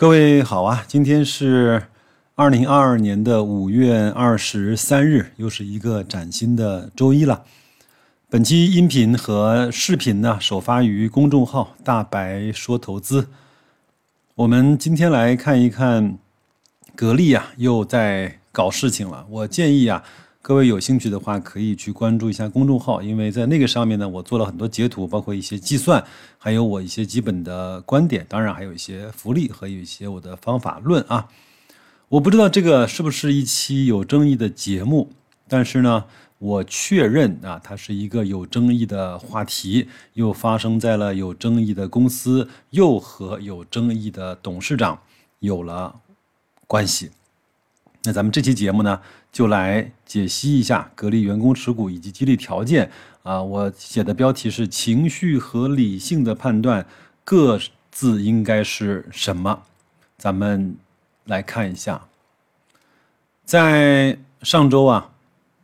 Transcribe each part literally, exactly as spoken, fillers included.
各位好啊，今天是二零二二年的五月二十三日，又是一个崭新的周一了。本期音频和视频呢，首发于公众号大白说投资。我们今天来看一看格力啊，又在搞事情了。我建议啊，各位有兴趣的话，可以去关注一下公众号，因为在那个上面呢，我做了很多截图，包括一些计算，还有我一些基本的观点，当然还有一些福利和有一些我的方法论啊。我不知道这个是不是一期有争议的节目，但是呢，我确认啊，它是一个有争议的话题，又发生在了有争议的公司，又和有争议的董事长有了关系。那咱们这期节目呢，就来解析一下格力员工持股以及激励条件啊。我写的标题是情绪和理性的判断各自应该是什么？咱们来看一下，在上周啊，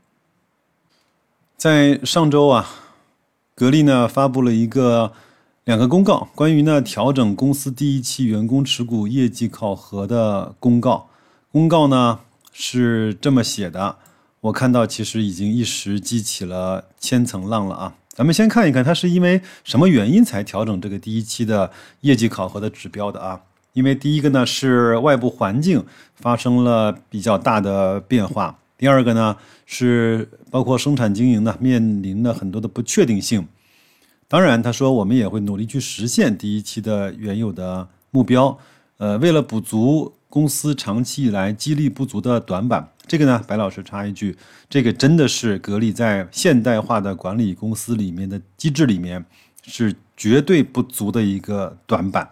在上周啊，格力呢发布了一个两个公告，关于呢调整公司第一期员工持股业绩考核的公告。公告呢是这么写的，我看到其实已经一时激起了千层浪了啊。咱们先看一看它是因为什么原因才调整这个第一期的业绩考核的指标的啊。因为第一个呢是外部环境发生了比较大的变化，第二个呢是包括生产经营呢面临了很多的不确定性。当然他说我们也会努力去实现第一期的原有的目标，呃，为了补足公司长期以来激励不足的短板，这个呢，白老师插一句，这个真的是格力在现代化的管理公司里面的机制里面是绝对不足的一个短板。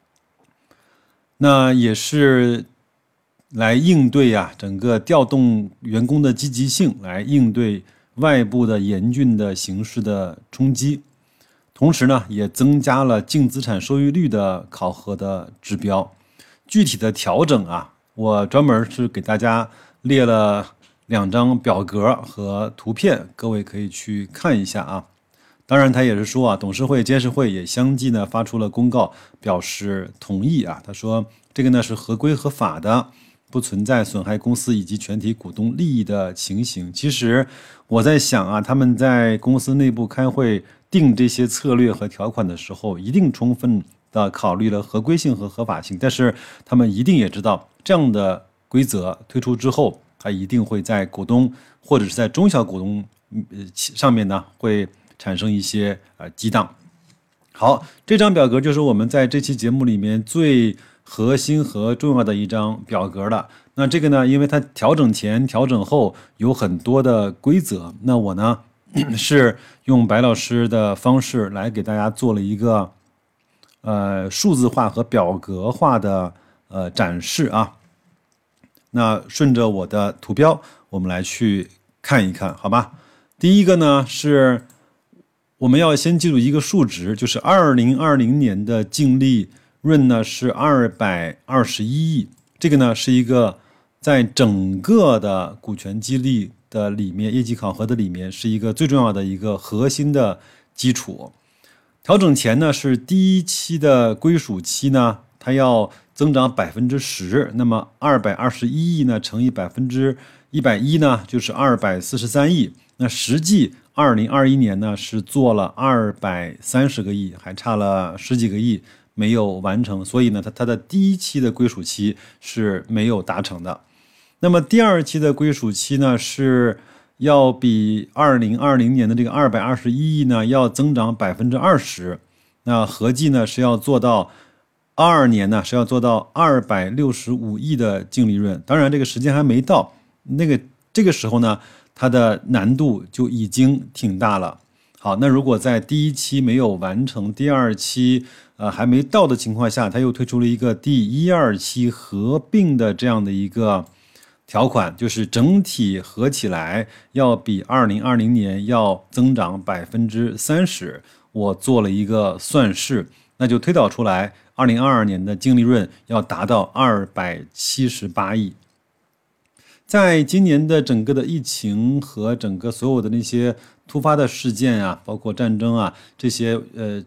那也是来应对啊，整个调动员工的积极性，来应对外部的严峻的形势的冲击。同时呢，也增加了净资产收益率的考核的指标。具体的调整啊，我专门是给大家列了两张表格和图片，各位可以去看一下啊。当然他也是说啊，董事会、监事会也相继呢发出了公告，表示同意啊。他说这个呢是合规合法的，不存在损害公司以及全体股东利益的情形。其实我在想啊，他们在公司内部开会定这些策略和条款的时候，一定充分的考虑了合规性和合法性，但是他们一定也知道这样的规则推出之后，它一定会在股东或者是在中小股东上面呢会产生一些呃激荡。好，这张表格就是我们在这期节目里面最核心和重要的一张表格了。那这个呢，因为它调整前、调整后有很多的规则，那我呢是用白老师的方式来给大家做了一个呃数字化和表格化的呃展示啊。那顺着我的图标，我们来去看一看，好吧？第一个呢是我们要先记住一个数值，就是二零二零年的净利润呢是二百二十一亿，这个呢是一个在整个的股权激励的里面，业绩考核的里面是一个最重要的一个核心的基础。调整前呢是第一期的归属期呢，它要增长百分之十，那么二百二十一亿呢乘以百分之一百一呢就是二百四十三亿。那实际二零二一年呢是做了二百三十个亿，还差了十几个亿没有完成，所以呢它它的第一期的归属期是没有达成的。那么第二期的归属期呢是要比二零二零年的这个二百二十一亿呢要增长百分之二十，那合计呢是要做到二二年呢是要做到二百六十五亿的净利润。当然这个时间还没到，那个这个时候呢它的难度就已经挺大了。好，那如果在第一期没有完成，第二期呃还没到的情况下，它又推出了一个第一二期合并的这样的一个条款，就是整体合起来要比二零二零年要增长百分之三十。我做了一个算式，那就推导出来，二零二二年的净利润要达到二百七十八亿。在今年的整个的疫情和整个所有的那些突发的事件啊，包括战争啊这些呃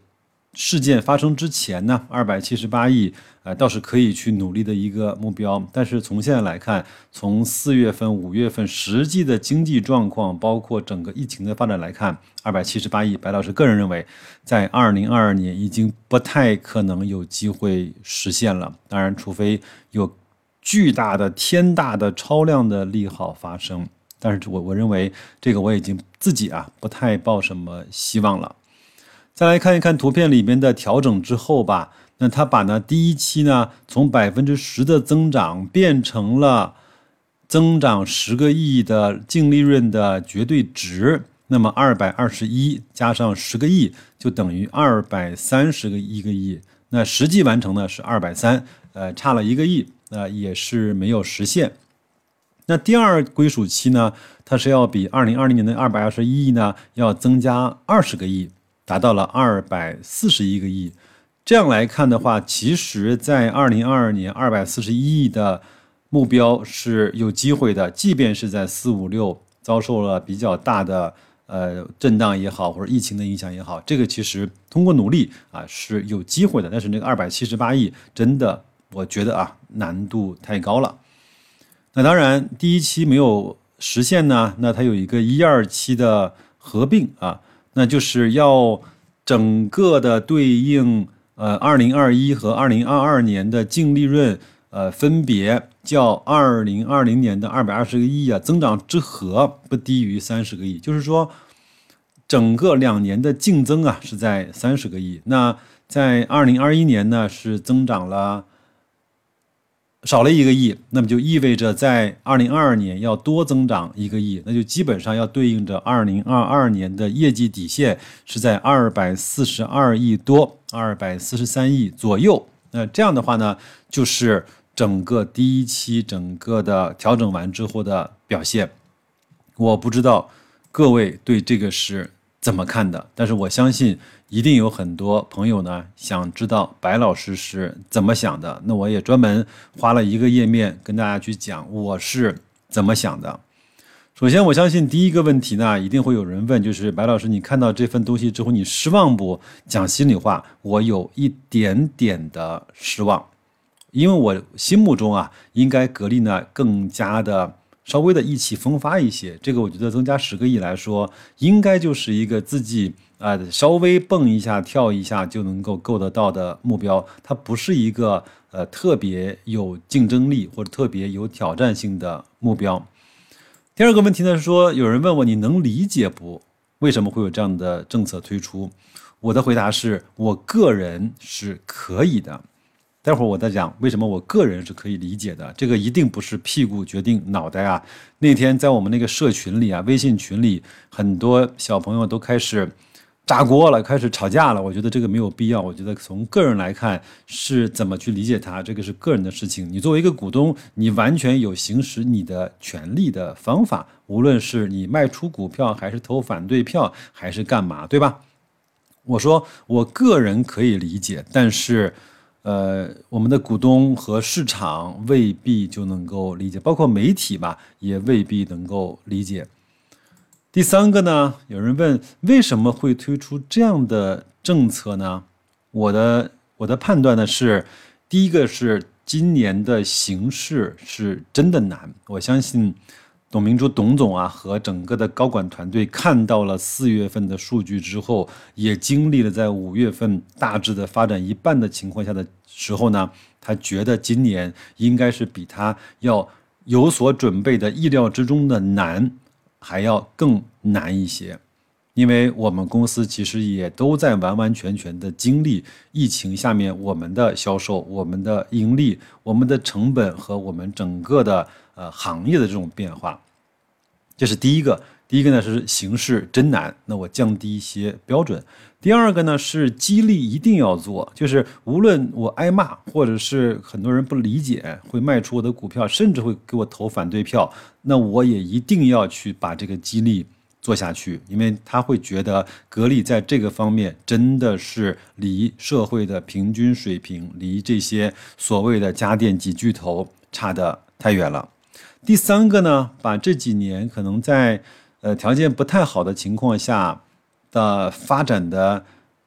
事件发生之前呢，二百七十八亿，呃，倒是可以去努力的一个目标。但是从现在来看，从四月份、五月份实际的经济状况，包括整个疫情的发展来看，二百七十八亿，白老师个人认为，在二零二二年已经不太可能有机会实现了。当然，除非有巨大的、天大的、超量的利好发生，但是我我认为这个我已经自己啊不太抱什么希望了。再来看一看图片里面的调整之后吧，那它把呢第一期呢从百分之十的增长变成了增长十个亿的净利润的绝对值，那么二百二十一加上十个亿就等于二百三十个一个亿，那实际完成呢是二百三，呃，差了一个亿，呃，也是没有实现。那第二归属期呢，它是要比二零二零年的二百二十一亿呢要增加二十个亿。达到了二百四十一个亿，这样来看的话，其实在二零二二年二百四十一亿的目标是有机会的，即便是在四五六遭受了比较大的呃震荡也好，或者疫情的影响也好，这个其实通过努力啊是有机会的。但是那个二百七十八亿真的，我觉得啊难度太高了。那当然，第一期没有实现呢，那它有一个一二期的合并啊。那就是要整个的对应呃二零二一和二零二二年的净利润呃分别较二零二零年的二百二十个亿啊增长之和不低于三十个亿，就是说整个两年的净增啊是在三十个亿。那在二零二一年呢是增长了少了一个亿，那么就意味着在二零二二年要多增长一个亿，那就基本上要对应着二零二二年的业绩底线是在二百四十二亿多，二百四十三亿左右。那这样的话呢，就是整个第一期整个的调整完之后的表现。我不知道各位对这个是怎么看的，但是我相信一定有很多朋友呢想知道白老师是怎么想的。那我也专门花了一个页面跟大家去讲我是怎么想的。首先我相信第一个问题呢一定会有人问，就是白老师你看到这份东西之后你失望不？讲心里话，我有一点点的失望，因为我心目中啊应该格力呢更加的稍微的意气风发一些，这个我觉得增加十个亿来说，应该就是一个自己啊、呃、稍微蹦一下跳一下就能够够得到的目标，它不是一个呃特别有竞争力或者特别有挑战性的目标。第二个问题呢是说，有人问我你能理解不？为什么会有这样的政策推出？我的回答是我个人是可以的。待会儿我再讲为什么我个人是可以理解的，这个一定不是屁股决定脑袋啊。那天在我们那个社群里啊，微信群里，很多小朋友都开始炸锅了，开始吵架了。我觉得这个没有必要。我觉得从个人来看是怎么去理解它，这个是个人的事情。你作为一个股东，你完全有行使你的权利的方法，无论是你卖出股票，还是投反对票，还是干嘛，对吧？我说我个人可以理解，但是呃，我们的股东和市场未必就能够理解，包括媒体吧，也未必能够理解。第三个呢，有人问为什么会推出这样的政策呢？我的我的判断呢是，第一个是今年的形势是真的难，我相信董明珠董总啊和整个的高管团队看到了四月份的数据之后，也经历了在五月份大致的发展一半的情况下的时候呢，他觉得今年应该是比他要有所准备的意料之中的难还要更难一些。因为我们公司其实也都在完完全全的经历疫情下面我们的销售、我们的盈利、我们的成本和我们整个的呃行业的这种变化，这是第一个。第一个呢是形势真难，那我降低一些标准。第二个呢是激励一定要做，就是无论我挨骂，或者是很多人不理解，会卖出我的股票，甚至会给我投反对票，那我也一定要去把这个激励做下去，因为他会觉得格力在这个方面真的是离社会的平均水平，离这些所谓的家电几巨头差得太远了。第三个呢，把这几年可能在呃条件不太好的情况下的发展的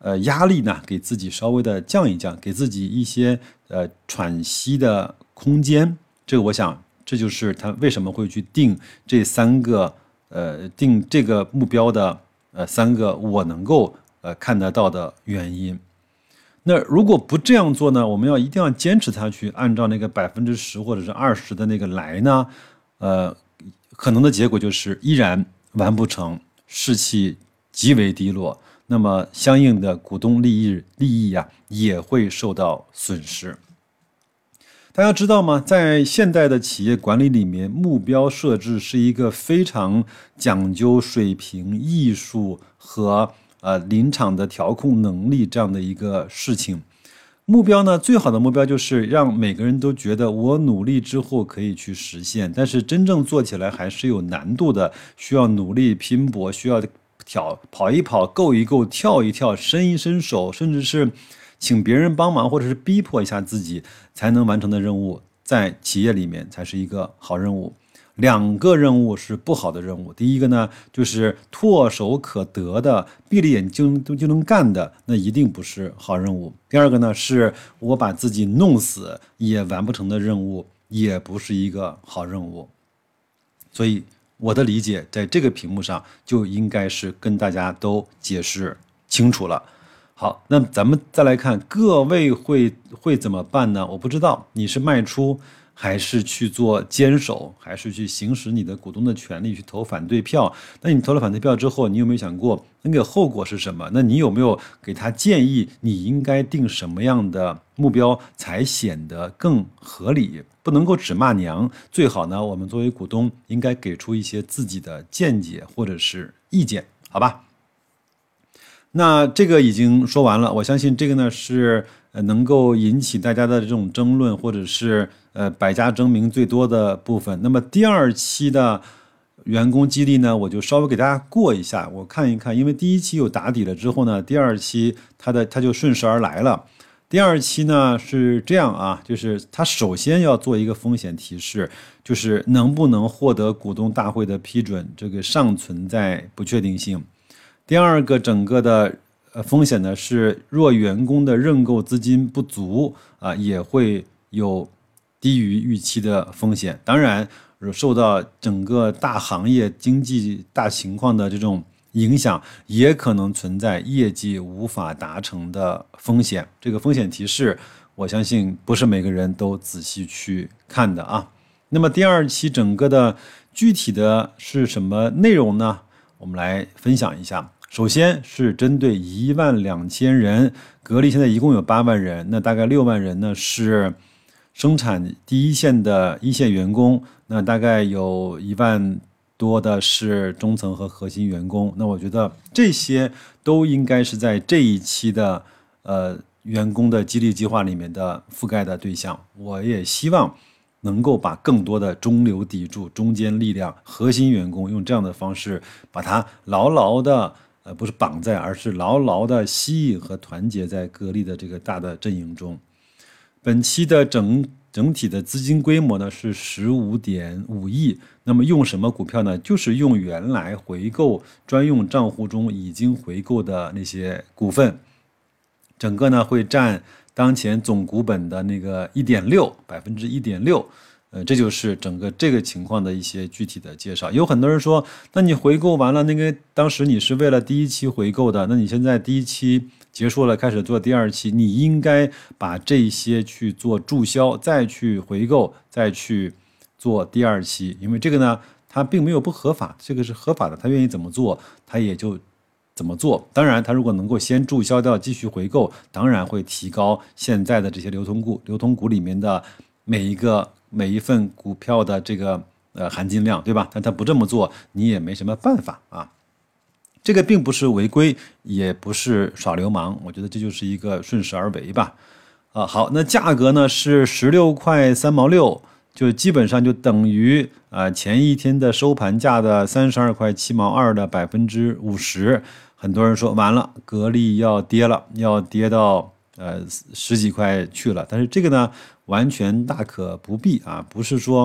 呃压力呢给自己稍微的降一降，给自己一些呃喘息的空间。这个我想这就是他为什么会去定这三个呃定这个目标的呃三个我能够呃看得到的原因。那如果不这样做呢，我们要一定要坚持下去，按照那个百分之十或者是二十的那个来呢，呃，可能的结果就是依然完不成，士气极为低落，那么相应的股东利益利益呀、啊、也会受到损失。大家知道吗？在现代的企业管理里面，目标设置是一个非常讲究水平、艺术和呃临场的调控能力这样的一个事情。目标呢，最好的目标就是让每个人都觉得我努力之后可以去实现，但是真正做起来还是有难度的，需要努力拼搏，需要跳跑一跑、够一够、跳一跳、伸一伸手，甚至是请别人帮忙或者是逼迫一下自己才能完成的任务，在企业里面才是一个好任务。两个任务是不好的任务。第一个呢，就是唾手可得的、闭着眼睛就就能干的，那一定不是好任务。第二个呢，是我把自己弄死也完不成的任务，也不是一个好任务。所以我的理解，在这个屏幕上就应该是跟大家都解释清楚了。好，那咱们再来看各位会会怎么办呢？我不知道你是卖出，还是去做坚守，还是去行使你的股东的权利去投反对票。那你投了反对票之后，你有没有想过那个后果是什么？那你有没有给他建议你应该定什么样的目标才显得更合理？不能够只骂娘，最好呢，我们作为股东应该给出一些自己的见解或者是意见，好吧？那这个已经说完了，我相信这个呢是呃能够引起大家的这种争论，或者是呃百家争鸣最多的部分。那么第二期的员工激励呢，我就稍微给大家过一下，我看一看，因为第一期有打底了之后呢，第二期它的它就顺势而来了。第二期呢是这样啊，就是它首先要做一个风险提示，就是能不能获得股东大会的批准，这个尚存在不确定性。第二个整个的呃风险呢是，若员工的认购资金不足啊，也会有低于预期的风险。当然，受到整个大行业经济大情况的这种影响，也可能存在业绩无法达成的风险。这个风险提示，我相信不是每个人都仔细去看的啊。那么第二期整个的具体的是什么内容呢？我们来分享一下。首先是针对一万两千人，格力现在一共有八万人，那大概六万人呢是生产第一线的一线员工，那大概有一万多的是中层和核心员工。那我觉得这些都应该是在这一期的呃员工的激励计划里面的覆盖的对象。我也希望能够把更多的中流砥柱、中坚力量、核心员工用这样的方式把它牢牢的呃不是绑在，而是牢牢的吸引和团结在格力的这个大的阵营中。本期的整整体的资金规模呢是十五点五亿，那么用什么股票呢？就是用原来回购专用账户中已经回购的那些股份，整个呢会占当前总股本的那个一点六百分之一点六。呃，这就是整个这个情况的一些具体的介绍。有很多人说，那你回购完了，那个当时你是为了第一期回购的，那你现在第一期结束了，开始做第二期，你应该把这些去做注销，再去回购，再去做第二期。因为这个呢，它并没有不合法，这个是合法的，他愿意怎么做，他也就怎么做。当然，他如果能够先注销掉，继续回购，当然会提高现在的这些流通股，流通股里面的每一个。每一份股票的这个呃含金量，对吧？但他不这么做，你也没什么办法啊。这个并不是违规，也不是耍流氓，我觉得这就是一个顺势而为吧。啊，好，那价格呢是十六块三毛六，就基本上就等于啊前一天的收盘价的三十二块七毛二的百分之五十。很多人说完了，格力要跌了，要跌到呃十几块去了，但是这个呢？完全大可不必啊！不是说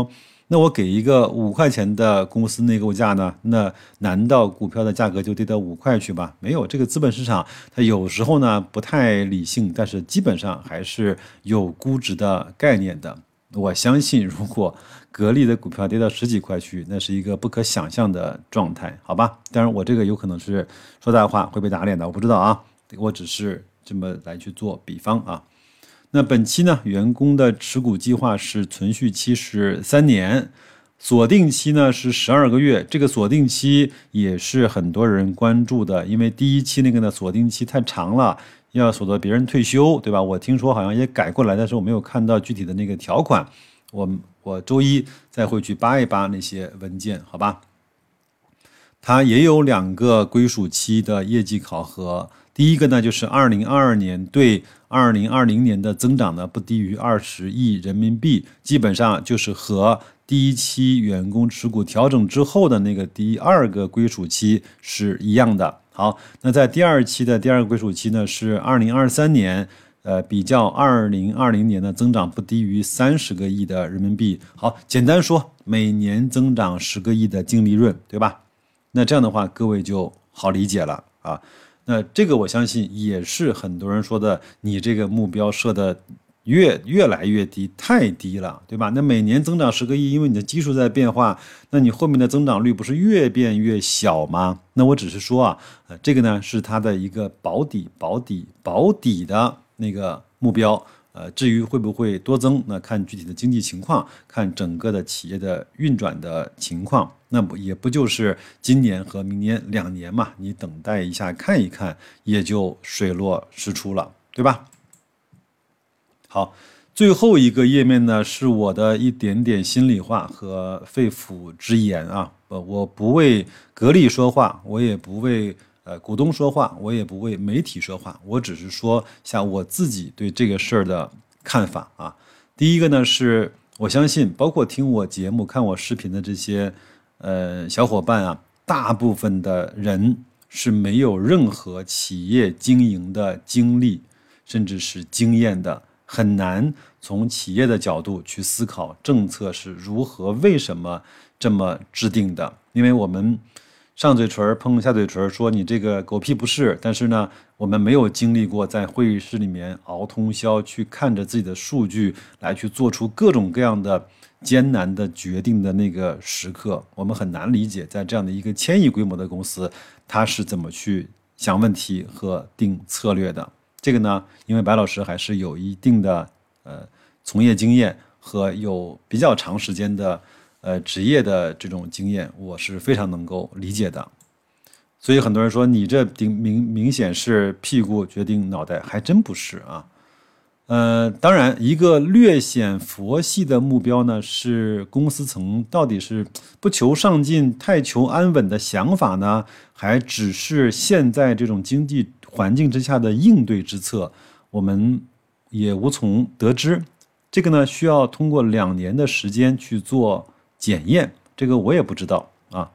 那我给一个五块钱的公司内购价呢，那难道股票的价格就跌到五块去吧？没有，这个资本市场它有时候呢不太理性，但是基本上还是有估值的概念的。我相信，如果格力的股票跌到十几块去，那是一个不可想象的状态，好吧？当然，我这个有可能是说大话会被打脸的，我不知道啊，我只是这么来去做比方啊。那本期呢，员工的持股计划是存续期是三年，锁定期呢是十二个月。这个锁定期也是很多人关注的，因为第一期那个呢锁定期太长了，要锁得别人退休，对吧？我听说好像也改过来，但是我没有看到具体的那个条款。我我周一再会去扒一扒那些文件，好吧？它也有两个归属期的业绩考核。第一个呢，就是二零二二年对二零二零年的增长呢不低于二十亿人民币，基本上就是和第一期员工持股调整之后的那个第二个归属期是一样的。好，那在第二期的第二个归属期呢是二零二三年，呃，比较二零二零年的增长不低于三十个亿的人民币。好，简单说，每年增长十个亿的净利润，对吧？那这样的话，各位就好理解了啊。那这个我相信也是很多人说的，你这个目标设的越越来越低，太低了，对吧？那每年增长十个亿，因为你的基数在变化，那你后面的增长率不是越变越小吗？那我只是说啊，呃，这个呢是它的一个保底、保底、保底的那个目标。呃，至于会不会多增，那看具体的经济情况，看整个的企业的运转的情况，那不也不就是今年和明年两年嘛？你等待一下看一看，也就水落石出了，对吧？好，最后一个页面呢，是我的一点点心里话和肺腑之言啊，呃，我不为格力说话，我也不为呃，股东说话，我也不为媒体说话，我只是说下我自己对这个事儿的看法啊。第一个呢，是我相信，包括听我节目、看我视频的这些呃小伙伴啊，大部分的人是没有任何企业经营的经历，甚至是经验的，很难从企业的角度去思考政策是如何、为什么这么制定的，因为我们上嘴唇碰下嘴唇，说你这个狗屁不是。但是呢，我们没有经历过在会议室里面熬通宵，去看着自己的数据来去做出各种各样的艰难的决定的那个时刻，我们很难理解，在这样的一个千亿规模的公司，它是怎么去想问题和定策略的。这个呢，因为白老师还是有一定的呃从业经验和有比较长时间的。呃，职业的这种经验，我是非常能够理解的。所以很多人说你这明明显是屁股决定脑袋，还真不是啊。呃，当然，一个略显佛系的目标呢，是公司层到底是不求上进、太求安稳的想法呢，还只是现在这种经济环境之下的应对之策，我们也无从得知。这个呢，需要通过两年的时间去做检验，这个我也不知道啊。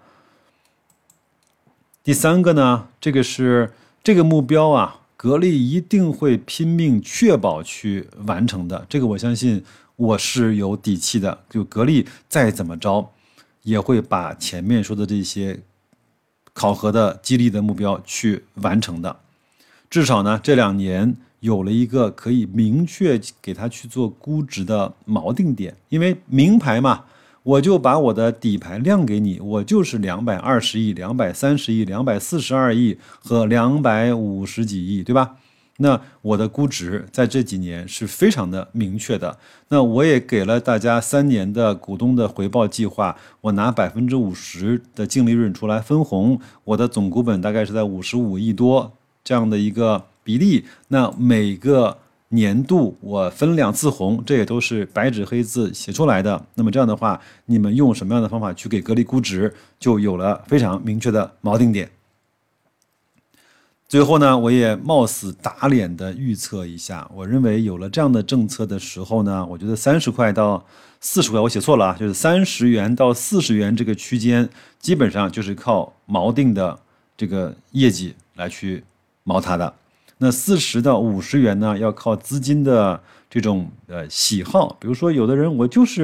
第三个呢，这个是这个目标啊，格力一定会拼命确保去完成的，这个我相信我是有底气的。就格力再怎么着，也会把前面说的这些考核的激励的目标去完成的。至少呢，这两年有了一个可以明确给他去做估值的锚定点，因为明牌嘛。我就把我的底牌亮给你，我就是两百二十亿、两百三十亿、两百四十二亿和两百五十几亿，对吧？那我的估值在这几年是非常的明确的。那我也给了大家三年的股东的回报计划，我拿百分之五十的净利润出来分红，我的总股本大概是在五十五亿多这样的一个比例。那每个年度我分两次红，这也都是白纸黑字写出来的。那么这样的话，你们用什么样的方法去给格力估值，就有了非常明确的锚定点。最后呢，我也冒死打脸的预测一下，我认为有了这样的政策的时候呢，我觉得三十块到四十块，我写错了啊，就是三十元到四十元这个区间，基本上就是靠锚定的这个业绩来去锚它的。那四十到五十元呢，要靠资金的这种呃喜好，比如说有的人我就是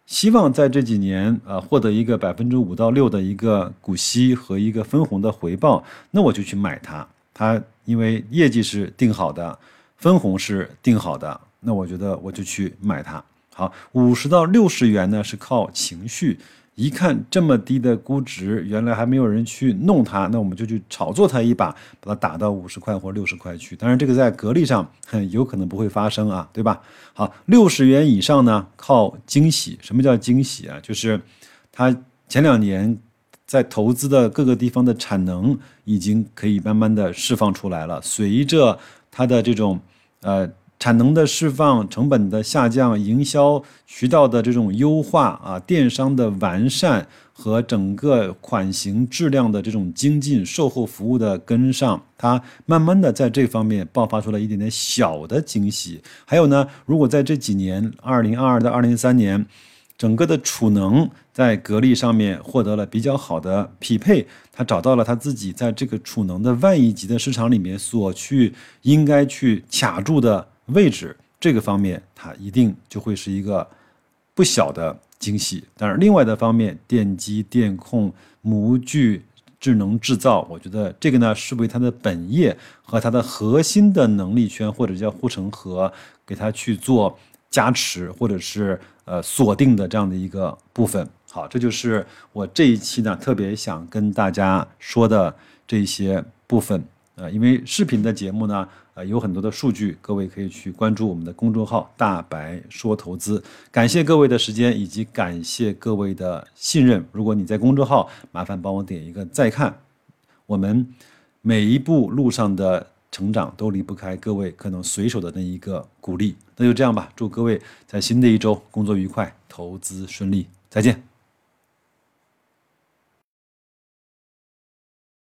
希望在这几年啊获得一个百分之五到六的一个股息和一个分红的回报，那我就去买它。它因为业绩是定好的，分红是定好的，那我觉得我就去买它。好，五十到六十元呢是靠情绪。一看这么低的估值，原来还没有人去弄它，那我们就去炒作它一把，把它打到五十块或六十块去。当然，这个在格力上有可能不会发生啊，对吧？好，六十元以上呢，靠惊喜。什么叫惊喜啊？就是它前两年在投资的各个地方的产能已经可以慢慢的释放出来了，随着它的这种呃。产能的释放、成本的下降、营销渠道的这种优化啊、电商的完善和整个款型质量的这种精进、售后服务的跟上，它慢慢的在这方面爆发出了一点点小的惊喜。还有呢，如果在这几年，二零二二到二零三年，整个的储能在格力上面获得了比较好的匹配，他找到了他自己在这个储能的万亿级的市场里面所去应该去卡住的位置，这个方面它一定就会是一个不小的惊喜。当然，另外的方面，电机、电控、模具、智能制造，我觉得这个呢是为它的本业和它的核心的能力圈或者叫护城河，给它去做加持或者是呃锁定的这样的一个部分。好，这就是我这一期呢特别想跟大家说的这些部分。呃，因为视频的节目呢，呃，有很多的数据，各位可以去关注我们的公众号"大白说投资"。感谢各位的时间，以及感谢各位的信任。如果你在公众号，麻烦帮我点一个再看。我们每一步路上的成长都离不开各位可能随手的那一个鼓励。那就这样吧，祝各位在新的一周工作愉快，投资顺利，再见。